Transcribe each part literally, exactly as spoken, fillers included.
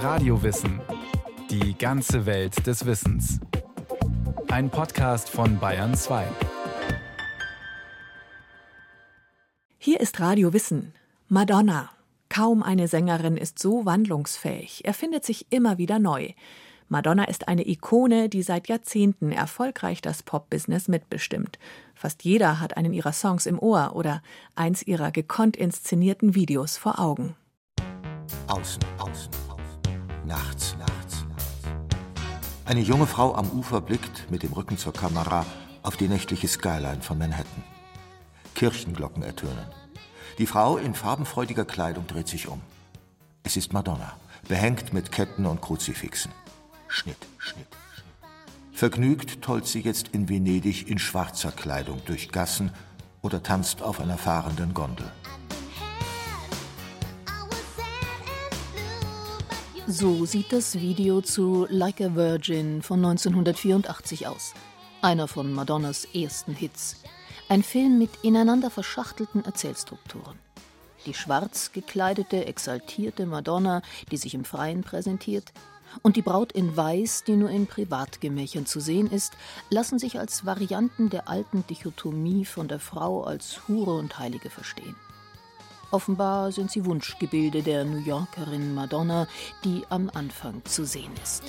Radiowissen. Die ganze Welt des Wissens. Ein Podcast von Bayern zwei. Hier ist Radio Wissen. Madonna. Kaum eine Sängerin ist so wandlungsfähig, erfindet sich immer wieder neu. Madonna ist eine Ikone, die seit Jahrzehnten erfolgreich das Pop-Business mitbestimmt. Fast jeder hat einen ihrer Songs im Ohr oder eins ihrer gekonnt inszenierten Videos vor Augen. Außen, außen, außen. Nachts, nachts, nachts. Eine junge Frau am Ufer blickt mit dem Rücken zur Kamera auf die nächtliche Skyline von Manhattan. Kirchenglocken ertönen. Die Frau in farbenfreudiger Kleidung dreht sich um. Es ist Madonna, behängt mit Ketten und Kruzifixen. Schnitt, Schnitt, Schnitt. Vergnügt tollt sie jetzt in Venedig in schwarzer Kleidung durch Gassen oder tanzt auf einer fahrenden Gondel. So sieht das Video zu Like a Virgin von neunzehnhundertvierundachtzig aus. Einer von Madonnas ersten Hits. Ein Film mit ineinander verschachtelten Erzählstrukturen. Die schwarz gekleidete, exaltierte Madonna, die sich im Freien präsentiert, und die Braut in Weiß, die nur in Privatgemächern zu sehen ist, lassen sich als Varianten der alten Dichotomie von der Frau als Hure und Heilige verstehen. Offenbar sind sie Wunschgebilde der New Yorkerin Madonna, die am Anfang zu sehen ist.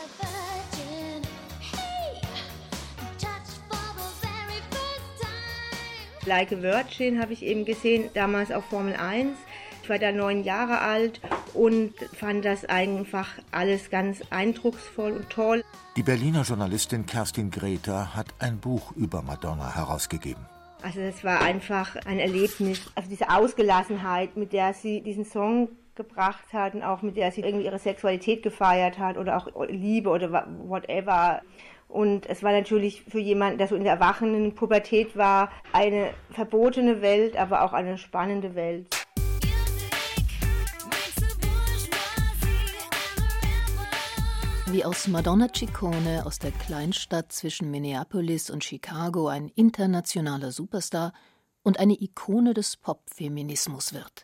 Like a Virgin habe ich eben gesehen, damals auf Formel eins. Ich war da neun Jahre alt und fand das einfach alles ganz eindrucksvoll und toll. Die Berliner Journalistin Kerstin Greta hat ein Buch über Madonna herausgegeben. Also das war einfach ein Erlebnis, also diese Ausgelassenheit, mit der sie diesen Song gebracht hat und auch mit der sie irgendwie ihre Sexualität gefeiert hat oder auch Liebe oder whatever. Und es war natürlich für jemanden, der so in der erwachenden Pubertät war, eine verbotene Welt, aber auch eine spannende Welt. Wie aus Madonna Ciccone aus der Kleinstadt zwischen Minneapolis und Chicago ein internationaler Superstar und eine Ikone des Pop-Feminismus wird.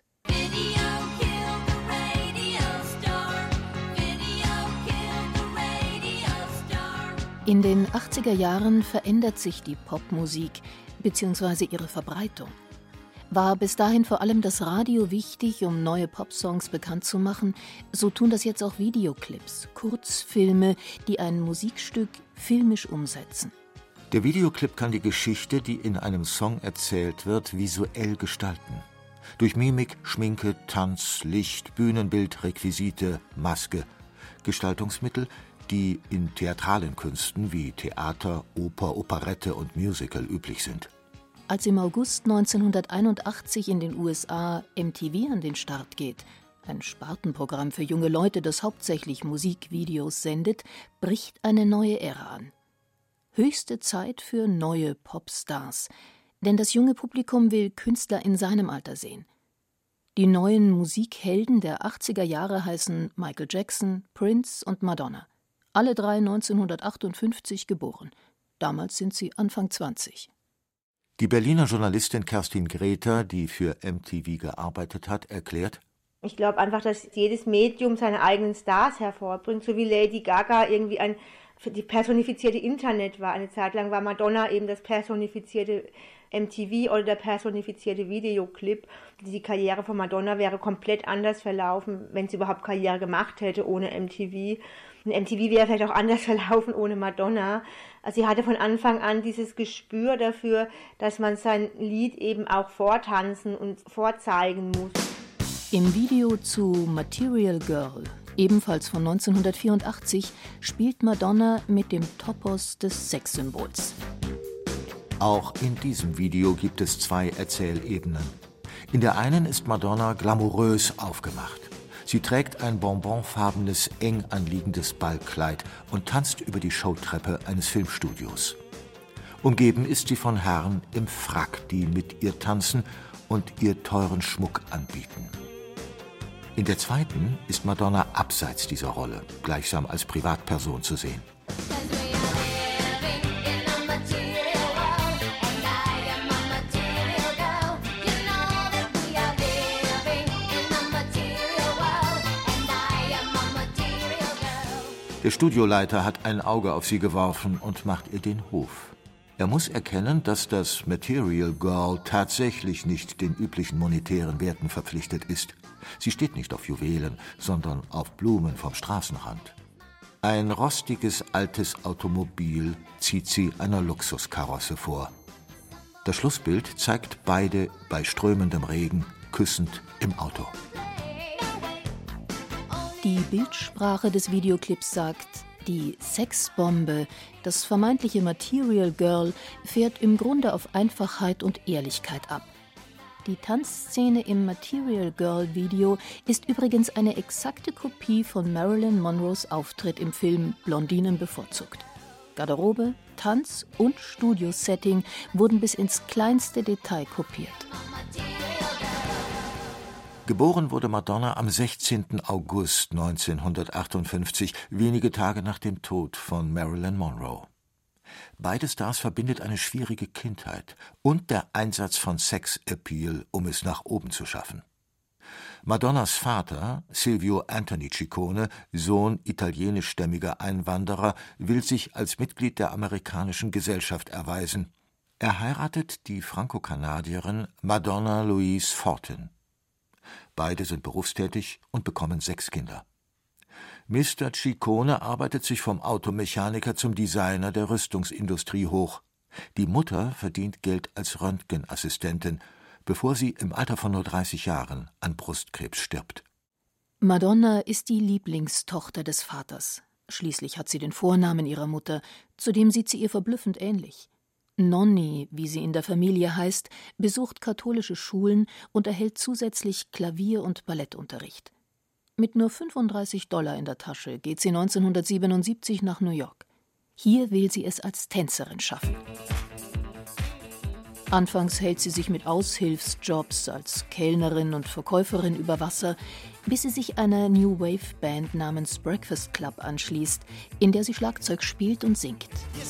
In den achtziger Jahren verändert sich die Popmusik bzw. ihre Verbreitung. War bis dahin vor allem das Radio wichtig, um neue Popsongs bekannt zu machen, so tun das jetzt auch Videoclips, Kurzfilme, die ein Musikstück filmisch umsetzen. Der Videoclip kann die Geschichte, die in einem Song erzählt wird, visuell gestalten. Durch Mimik, Schminke, Tanz, Licht, Bühnenbild, Requisite, Maske, Gestaltungsmittel, die in theatralen Künsten wie Theater, Oper, Operette und Musical üblich sind. Als im August neunzehnhunderteinundachtzig in den U S A M T V an den Start geht, ein Spartenprogramm für junge Leute, das hauptsächlich Musikvideos sendet, bricht eine neue Ära an. Höchste Zeit für neue Popstars, denn das junge Publikum will Künstler in seinem Alter sehen. Die neuen Musikhelden der achtziger Jahre heißen Michael Jackson, Prince und Madonna. Alle drei neunzehnhundertachtundfünfzig geboren. Damals sind sie Anfang zwanzig. Die Berliner Journalistin Kerstin Greta, die für M T V gearbeitet hat, erklärt: Ich glaube einfach, dass jedes Medium seine eigenen Stars hervorbringt, so wie Lady Gaga irgendwie ein die personifizierte Internet war. Eine Zeit lang war Madonna eben das personifizierte M T V oder der personifizierte Videoclip. Die Karriere von Madonna wäre komplett anders verlaufen, wenn sie überhaupt Karriere gemacht hätte ohne M T V. Und M T V wäre vielleicht auch anders verlaufen ohne Madonna. Also sie hatte von Anfang an dieses Gespür dafür, dass man sein Lied eben auch vortanzen und vorzeigen muss. Im Video zu Material Girl, ebenfalls von neunzehnhundertvierundachtzig, spielt Madonna mit dem Topos des Sexsymbols. Auch in diesem Video gibt es zwei Erzählebenen. In der einen ist Madonna glamourös aufgemacht. Sie trägt ein bonbonfarbenes, eng anliegendes Ballkleid und tanzt über die Showtreppe eines Filmstudios. Umgeben ist sie von Herren im Frack, die mit ihr tanzen und ihr teuren Schmuck anbieten. In der zweiten ist Madonna abseits dieser Rolle, gleichsam als Privatperson zu sehen. Der Studioleiter hat ein Auge auf sie geworfen und macht ihr den Hof. Er muss erkennen, dass das Material Girl tatsächlich nicht den üblichen monetären Werten verpflichtet ist. Sie steht nicht auf Juwelen, sondern auf Blumen vom Straßenrand. Ein rostiges altes Automobil zieht sie einer Luxuskarosse vor. Das Schlussbild zeigt beide bei strömendem Regen küssend im Auto. Die Bildsprache des Videoclips sagt: Die Sexbombe, das vermeintliche Material Girl, fährt im Grunde auf Einfachheit und Ehrlichkeit ab. Die Tanzszene im Material Girl Video ist übrigens eine exakte Kopie von Marilyn Monroes Auftritt im Film Blondinen bevorzugt. Garderobe, Tanz und Studiosetting wurden bis ins kleinste Detail kopiert. Geboren wurde Madonna am sechzehnten August neunzehnhundertachtundfünfzig, wenige Tage nach dem Tod von Marilyn Monroe. Beide Stars verbindet eine schwierige Kindheit und der Einsatz von Sexappeal, um es nach oben zu schaffen. Madonnas Vater, Silvio Anthony Ciccone, Sohn italienischstämmiger Einwanderer, will sich als Mitglied der amerikanischen Gesellschaft erweisen. Er heiratet die Franco-Kanadierin Madonna Louise Fortin. Beide sind berufstätig und bekommen sechs Kinder. Mister Ciccone arbeitet sich vom Automechaniker zum Designer der Rüstungsindustrie hoch. Die Mutter verdient Geld als Röntgenassistentin, bevor sie im Alter von nur dreißig Jahren an Brustkrebs stirbt. Madonna ist die Lieblingstochter des Vaters. Schließlich hat sie den Vornamen ihrer Mutter, zudem sieht sie ihr verblüffend ähnlich. Nonni, wie sie in der Familie heißt, besucht katholische Schulen und erhält zusätzlich Klavier- und Ballettunterricht. Mit nur fünfunddreißig Dollar in der Tasche geht sie neunzehnhundertsiebenundsiebzig nach New York. Hier will sie es als Tänzerin schaffen. Anfangs hält sie sich mit Aushilfsjobs als Kellnerin und Verkäuferin über Wasser, bis sie sich einer New Wave Band namens Breakfast Club anschließt, in der sie Schlagzeug spielt und singt.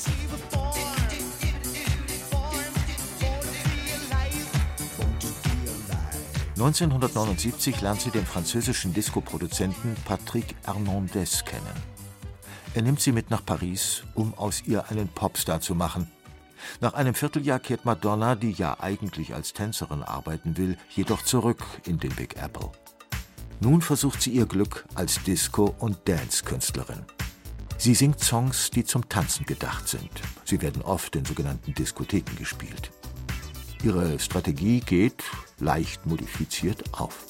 neunzehnhundertneunundsiebzig lernt sie den französischen Disco-Produzenten Patrick Hernandez kennen. Er nimmt sie mit nach Paris, um aus ihr einen Popstar zu machen. Nach einem Vierteljahr kehrt Madonna, die ja eigentlich als Tänzerin arbeiten will, jedoch zurück in den Big Apple. Nun versucht sie ihr Glück als Disco- und Dance-Künstlerin. Sie singt Songs, die zum Tanzen gedacht sind. Sie werden oft in sogenannten Diskotheken gespielt. Ihre Strategie geht, leicht modifiziert, auf.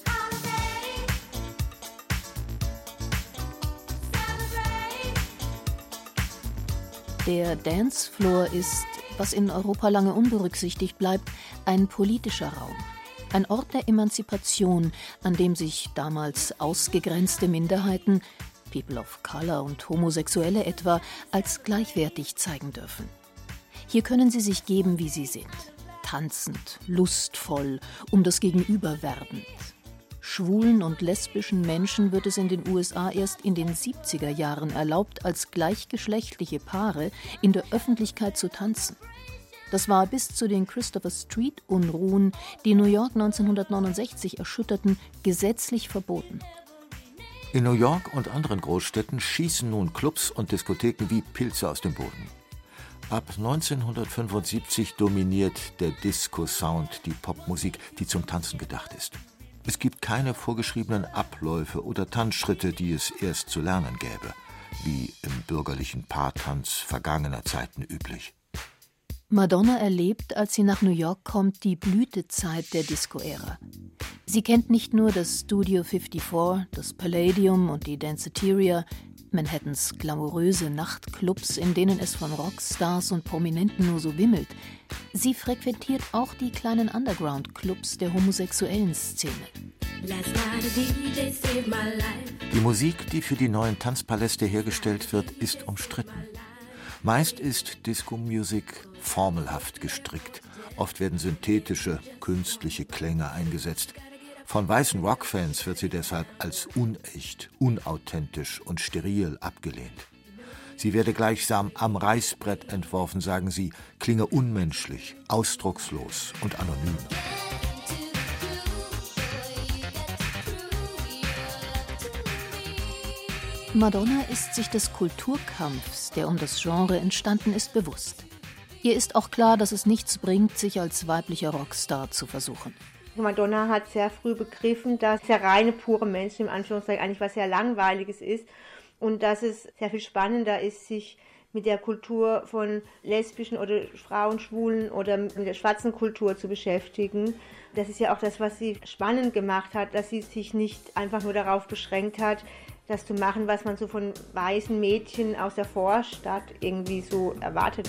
Der Dancefloor ist, was in Europa lange unberücksichtigt bleibt, ein politischer Raum. Ein Ort der Emanzipation, an dem sich damals ausgegrenzte Minderheiten, People of Color und Homosexuelle etwa, als gleichwertig zeigen dürfen. Hier können sie sich geben, wie sie sind. Tanzend, lustvoll, um das Gegenüber werbend. Schwulen und lesbischen Menschen wird es in den U S A erst in den siebziger Jahren erlaubt, als gleichgeschlechtliche Paare in der Öffentlichkeit zu tanzen. Das war bis zu den Christopher Street-Unruhen, die New York neunzehnhundertneunundsechzig erschütterten, gesetzlich verboten. In New York und anderen Großstädten schießen nun Clubs und Diskotheken wie Pilze aus dem Boden. Ab neunzehnhundertfünfundsiebzig dominiert der Disco-Sound die Popmusik, die zum Tanzen gedacht ist. Es gibt keine vorgeschriebenen Abläufe oder Tanzschritte, die es erst zu lernen gäbe, wie im bürgerlichen Paartanz vergangener Zeiten üblich. Madonna erlebt, als sie nach New York kommt, die Blütezeit der Disco-Ära. Sie kennt nicht nur das Studio vierundfünfzig, das Palladium und die Danceteria, Manhattans glamouröse Nachtclubs, in denen es von Rockstars und Prominenten nur so wimmelt. Sie frequentiert auch die kleinen Underground-Clubs der homosexuellen Szene. Die Musik, die für die neuen Tanzpaläste hergestellt wird, ist umstritten. Meist ist Disco-Musik formelhaft gestrickt. Oft werden synthetische, künstliche Klänge eingesetzt. Von weißen Rockfans wird sie deshalb als unecht, unauthentisch und steril abgelehnt. Sie werde gleichsam am Reißbrett entworfen, sagen sie, klinge unmenschlich, ausdruckslos und anonym. Madonna ist sich des Kulturkampfs, der um das Genre entstanden ist, bewusst. Ihr ist auch klar, dass es nichts bringt, sich als weiblicher Rockstar zu versuchen. Madonna hat sehr früh begriffen, dass der reine, pure Mensch, im Anführungszeichen, eigentlich was sehr Langweiliges ist und dass es sehr viel spannender ist, sich mit der Kultur von lesbischen oder Frauen, Schwulen oder mit der schwarzen Kultur zu beschäftigen. Das ist ja auch das, was sie spannend gemacht hat, dass sie sich nicht einfach nur darauf beschränkt hat, das zu machen, was man so von weißen Mädchen aus der Vorstadt irgendwie so erwartet.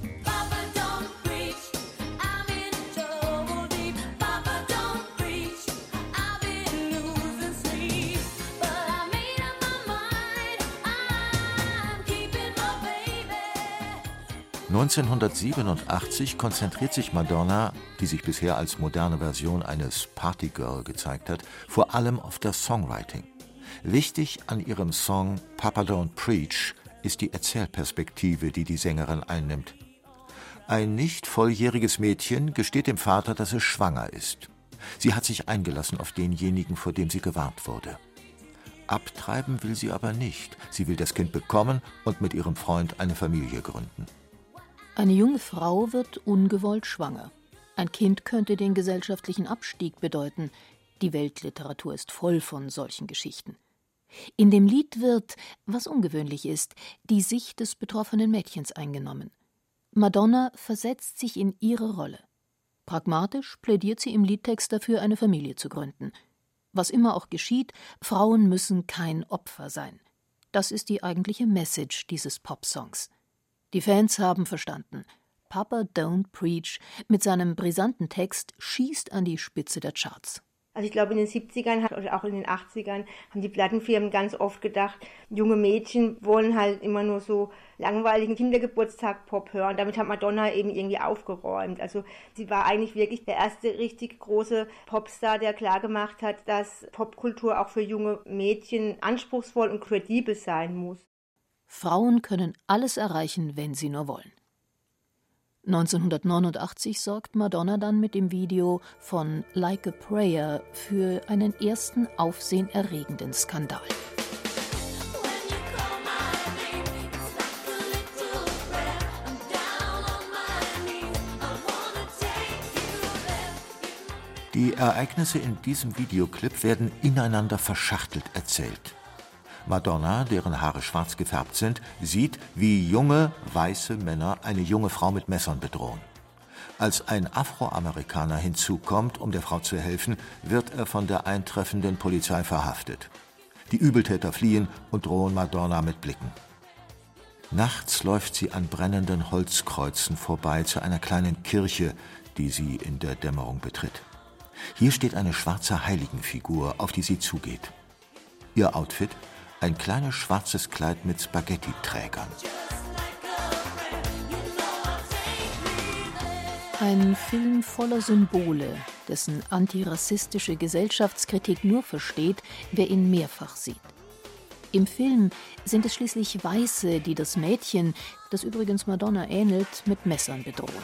neunzehnhundertsiebenundachtzig konzentriert sich Madonna, die sich bisher als moderne Version eines Partygirl gezeigt hat, vor allem auf das Songwriting. Wichtig an ihrem Song Papa Don't Preach ist die Erzählperspektive, die die Sängerin einnimmt. Ein nicht volljähriges Mädchen gesteht dem Vater, dass es schwanger ist. Sie hat sich eingelassen auf denjenigen, vor dem sie gewarnt wurde. Abtreiben will sie aber nicht. Sie will das Kind bekommen und mit ihrem Freund eine Familie gründen. Eine junge Frau wird ungewollt schwanger. Ein Kind könnte den gesellschaftlichen Abstieg bedeuten. Die Weltliteratur ist voll von solchen Geschichten. In dem Lied wird, was ungewöhnlich ist, die Sicht des betroffenen Mädchens eingenommen. Madonna versetzt sich in ihre Rolle. Pragmatisch plädiert sie im Liedtext dafür, eine Familie zu gründen. Was immer auch geschieht, Frauen müssen kein Opfer sein. Das ist die eigentliche Message dieses Popsongs. Die Fans haben verstanden. Papa Don't Preach mit seinem brisanten Text schießt an die Spitze der Charts. Also ich glaube, in den siebzigern oder auch in den achtzigern haben die Plattenfirmen ganz oft gedacht, junge Mädchen wollen halt immer nur so langweiligen Kindergeburtstag-Pop hören. Damit hat Madonna eben irgendwie aufgeräumt. Also sie war eigentlich wirklich der erste richtig große Popstar, der klargemacht hat, dass Popkultur auch für junge Mädchen anspruchsvoll und kredibel sein muss. Frauen können alles erreichen, wenn sie nur wollen. neunzehnhundertneunundachtzig sorgt Madonna dann mit dem Video von Like a Prayer für einen ersten aufsehenerregenden Skandal. Die Ereignisse in diesem Videoclip werden ineinander verschachtelt erzählt. Madonna, deren Haare schwarz gefärbt sind, sieht, wie junge, weiße Männer eine junge Frau mit Messern bedrohen. Als ein Afroamerikaner hinzukommt, um der Frau zu helfen, wird er von der eintreffenden Polizei verhaftet. Die Übeltäter fliehen und drohen Madonna mit Blicken. Nachts läuft sie an brennenden Holzkreuzen vorbei zu einer kleinen Kirche, die sie in der Dämmerung betritt. Hier steht eine schwarze Heiligenfigur, auf die sie zugeht. Ihr Outfit? Ein kleines schwarzes Kleid mit Spaghetti-Trägern. Ein Film voller Symbole, dessen antirassistische Gesellschaftskritik nur versteht, wer ihn mehrfach sieht. Im Film sind es schließlich Weiße, die das Mädchen, das übrigens Madonna ähnelt, mit Messern bedrohen.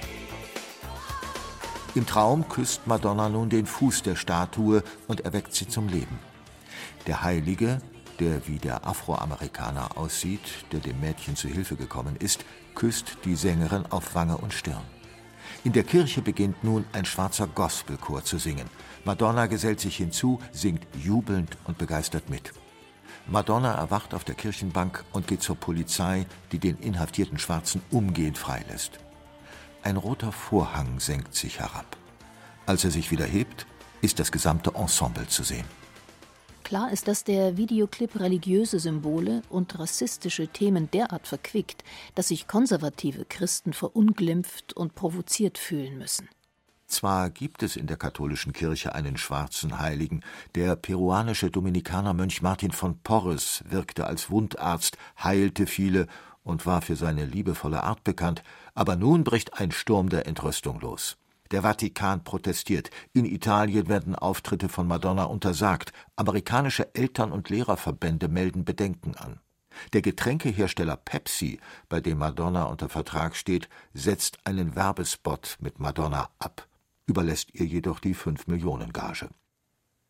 Im Traum küsst Madonna nun den Fuß der Statue und erweckt sie zum Leben. Der Heilige, der wie der Afroamerikaner aussieht, der dem Mädchen zu Hilfe gekommen ist, küsst die Sängerin auf Wange und Stirn. In der Kirche beginnt nun ein schwarzer Gospelchor zu singen. Madonna gesellt sich hinzu, singt jubelnd und begeistert mit. Madonna erwacht auf der Kirchenbank und geht zur Polizei, die den inhaftierten Schwarzen umgehend freilässt. Ein roter Vorhang senkt sich herab. Als er sich wieder hebt, ist das gesamte Ensemble zu sehen. Klar ist, dass der Videoclip religiöse Symbole und rassistische Themen derart verquickt, dass sich konservative Christen verunglimpft und provoziert fühlen müssen. Zwar gibt es in der katholischen Kirche einen schwarzen Heiligen, der peruanische Dominikanermönch Martin von Porres wirkte als Wundarzt, heilte viele und war für seine liebevolle Art bekannt, aber nun bricht ein Sturm der Entrüstung los. Der Vatikan protestiert. In Italien werden Auftritte von Madonna untersagt. Amerikanische Eltern- und Lehrerverbände melden Bedenken an. Der Getränkehersteller Pepsi, bei dem Madonna unter Vertrag steht, setzt einen Werbespot mit Madonna ab, überlässt ihr jedoch die fünf Millionen Gage.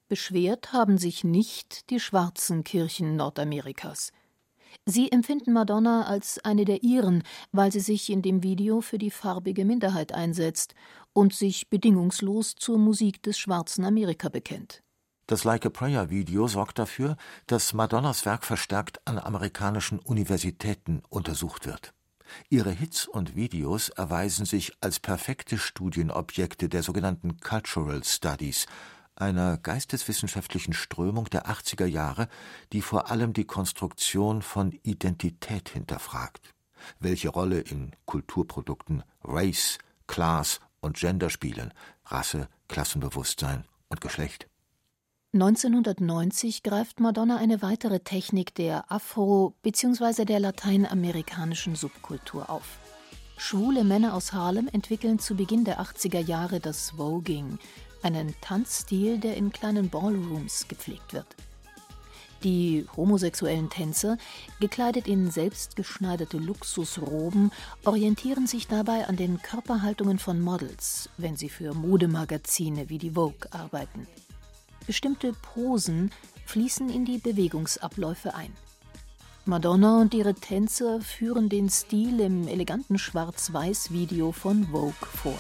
Beschwert haben sich nicht die schwarzen Kirchen Nordamerikas. Sie empfinden Madonna als eine der ihren, weil sie sich in dem Video für die farbige Minderheit einsetzt und sich bedingungslos zur Musik des schwarzen Amerika bekennt. Das Like a Prayer-Video sorgt dafür, dass Madonnas Werk verstärkt an amerikanischen Universitäten untersucht wird. Ihre Hits und Videos erweisen sich als perfekte Studienobjekte der sogenannten Cultural Studies, einer geisteswissenschaftlichen Strömung der achtziger Jahre, die vor allem die Konstruktion von Identität hinterfragt. Welche Rolle in Kulturprodukten Race, Class und Gender spielen, Rasse, Klassenbewusstsein und Geschlecht. neunzehnhundertneunzig greift Madonna eine weitere Technik der Afro- bzw. der lateinamerikanischen Subkultur auf. Schwule Männer aus Harlem entwickeln zu Beginn der achtziger Jahre das Voguing, einen Tanzstil, der in kleinen Ballrooms gepflegt wird. Die homosexuellen Tänzer, gekleidet in selbstgeschneiderte Luxusroben, orientieren sich dabei an den Körperhaltungen von Models, wenn sie für Modemagazine wie die Vogue arbeiten. Bestimmte Posen fließen in die Bewegungsabläufe ein. Madonna und ihre Tänzer führen den Stil im eleganten Schwarz-Weiß-Video von Vogue vor.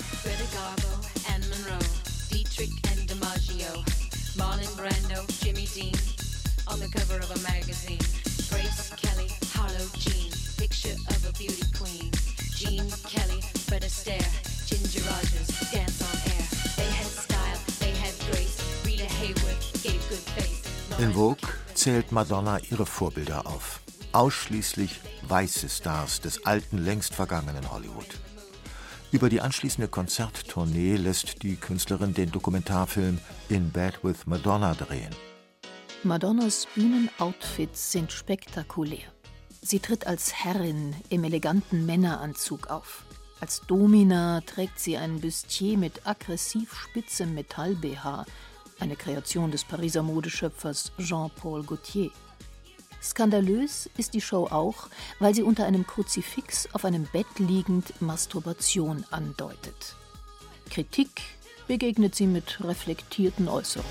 In Vogue zählt Madonna ihre Vorbilder auf. Ausschließlich weiße Stars des alten, längst vergangenen Hollywood. Über die anschließende Konzerttournee lässt die Künstlerin den Dokumentarfilm In Bed with Madonna drehen. Madonnas Bühnenoutfits sind spektakulär. Sie tritt als Herrin im eleganten Männeranzug auf. Als Domina trägt sie ein Bustier mit aggressiv spitzem Metall-B H, eine Kreation des Pariser Modeschöpfers Jean-Paul Gaultier. Skandalös ist die Show auch, weil sie unter einem Kruzifix auf einem Bett liegend Masturbation andeutet. Kritik begegnet sie mit reflektierten Äußerungen.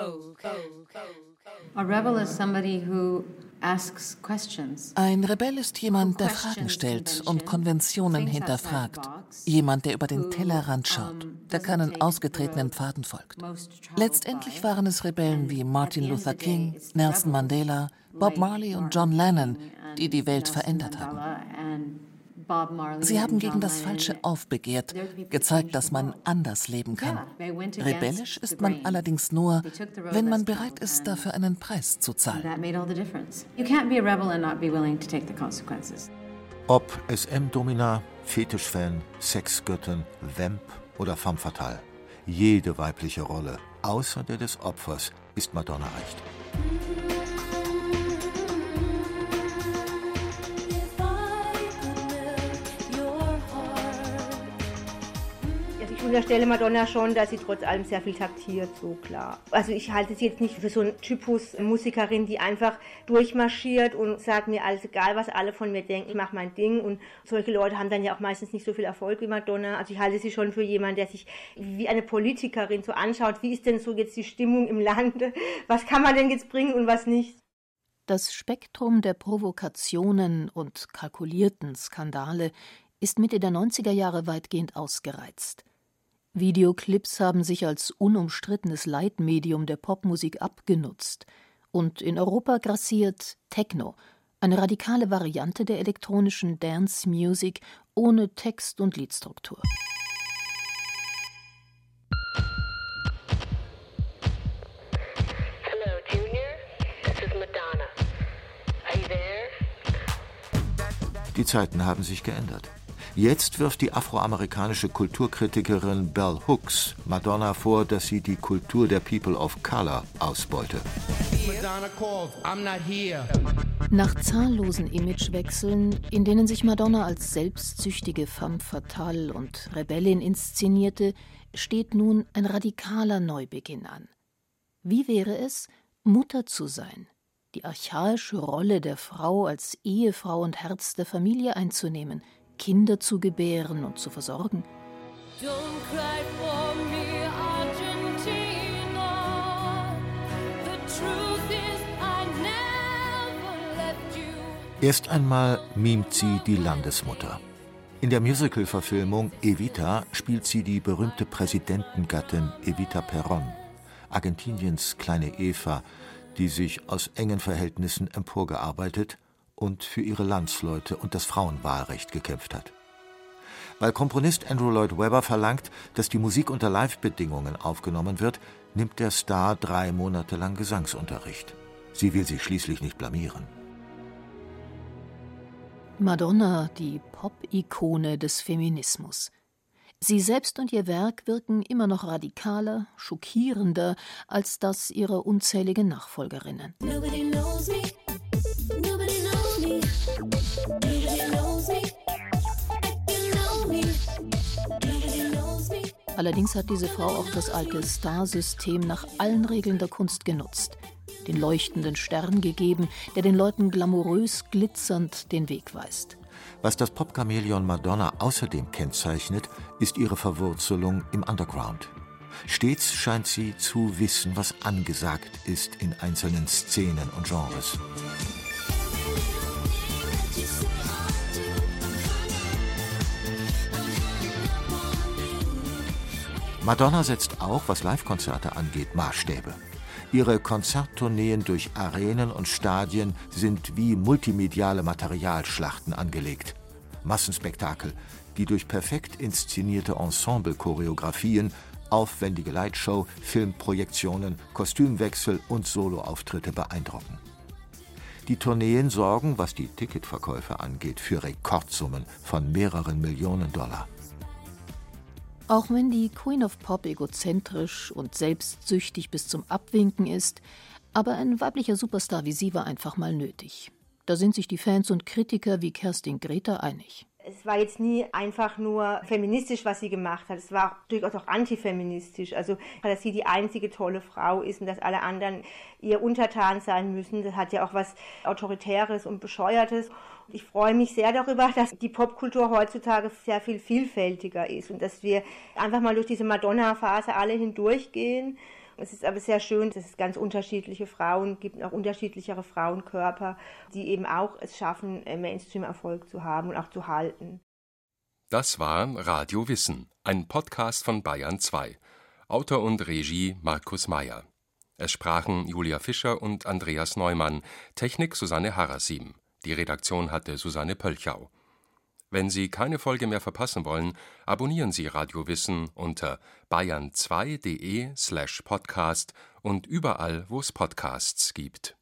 Ein Rebell ist jemand, der Fragen stellt und Konventionen hinterfragt. Jemand, der über den Tellerrand schaut, der keinen ausgetretenen Pfaden folgt. Letztendlich waren es Rebellen wie Martin Luther King, Nelson Mandela, Bob Marley und John Lennon, die die Welt verändert haben. Sie haben gegen das Falsche aufbegehrt, gezeigt, dass man anders leben kann. Rebellisch ist man allerdings nur, wenn man bereit ist, dafür einen Preis zu zahlen. Ob S M-Domina, Fetischfan, Sexgöttin, Vamp oder femme fatale. Jede weibliche Rolle, außer der des Opfers, ist Madonna recht. Ich unterstelle Madonna schon, dass sie trotz allem sehr viel taktiert, so klar. Also ich halte sie jetzt nicht für so einen Typus Musikerin, die einfach durchmarschiert und sagt mir alles egal, was alle von mir denken, ich mache mein Ding. Und solche Leute haben dann ja auch meistens nicht so viel Erfolg wie Madonna. Also ich halte sie schon für jemanden, der sich wie eine Politikerin so anschaut, wie ist denn so jetzt die Stimmung im Lande, was kann man denn jetzt bringen und was nicht. Das Spektrum der Provokationen und kalkulierten Skandale ist Mitte der neunziger Jahre weitgehend ausgereizt. Videoclips haben sich als unumstrittenes Leitmedium der Popmusik abgenutzt und in Europa grassiert Techno, eine radikale Variante der elektronischen Dance Music ohne Text und Liedstruktur. Hello, Junior. This is Madonna. Are you there? Die Zeiten haben sich geändert. Jetzt wirft die afroamerikanische Kulturkritikerin Bell Hooks Madonna vor, dass sie die Kultur der People of Color ausbeute. Nach zahllosen Imagewechseln, in denen sich Madonna als selbstsüchtige femme fatale und Rebellin inszenierte, steht nun ein radikaler Neubeginn an. Wie wäre es, Mutter zu sein, die archaische Rolle der Frau als Ehefrau und Herz der Familie einzunehmen, Kinder zu gebären und zu versorgen? Don't cry for me, Argentina. Erst einmal mimt sie die Landesmutter. In der Musical-Verfilmung Evita spielt sie die berühmte Präsidentengattin Evita Perón, Argentiniens kleine Eva, die sich aus engen Verhältnissen emporgearbeitet und für ihre Landsleute und das Frauenwahlrecht gekämpft hat. Weil Komponist Andrew Lloyd Webber verlangt, dass die Musik unter Live-Bedingungen aufgenommen wird, nimmt der Star drei Monate lang Gesangsunterricht. Sie will sich schließlich nicht blamieren. Madonna, die Pop-Ikone des Feminismus. Sie selbst und ihr Werk wirken immer noch radikaler, schockierender als das ihrer unzähligen Nachfolgerinnen. Nobody knows me. Nobody knows me. Nobody knows me. You know me. Nobody knows me. Allerdings hat diese Frau auch das alte Star-System nach allen Regeln der Kunst genutzt, den leuchtenden Stern gegeben, der den Leuten glamourös glitzernd den Weg weist. Was das Pop-Chamäleon Madonna außerdem kennzeichnet, ist ihre Verwurzelung im Underground. Stets scheint sie zu wissen, was angesagt ist in einzelnen Szenen und Genres. Madonna setzt auch, was Live-Konzerte angeht, Maßstäbe. Ihre Konzerttourneen durch Arenen und Stadien sind wie multimediale Materialschlachten angelegt. Massenspektakel, die durch perfekt inszenierte Ensemble-Choreografien, aufwendige Lightshow, Filmprojektionen, Kostümwechsel und Soloauftritte beeindrucken. Die Tourneen sorgen, was die Ticketverkäufe angeht, für Rekordsummen von mehreren Millionen Dollar. Auch wenn die Queen of Pop egozentrisch und selbstsüchtig bis zum Abwinken ist, aber ein weiblicher Superstar wie sie war einfach mal nötig. Da sind sich die Fans und Kritiker wie Kerstin Greta einig. Es war jetzt nie einfach nur feministisch, was sie gemacht hat. Es war durchaus auch antifeministisch. Also, dass sie die einzige tolle Frau ist und dass alle anderen ihr untertan sein müssen, das hat ja auch was Autoritäres und Bescheuertes. Ich freue mich sehr darüber, dass die Popkultur heutzutage sehr viel vielfältiger ist und dass wir einfach mal durch diese Madonna-Phase alle hindurchgehen. Es ist aber sehr schön, dass es ganz unterschiedliche Frauen gibt und auch unterschiedlichere Frauenkörper, die eben auch es schaffen, Mainstream-Erfolg zu haben und auch zu halten. Das war Radio Wissen, ein Podcast von Bayern zwei. Autor und Regie Markus Meyer. Es sprachen Julia Fischer und Andreas Neumann, Technik Susanne Harasim. Die Redaktion hatte Susanne Pölchau. Wenn Sie keine Folge mehr verpassen wollen, abonnieren Sie Radio Wissen unter bayern zwei punkt de slash podcast und überall, wo es Podcasts gibt.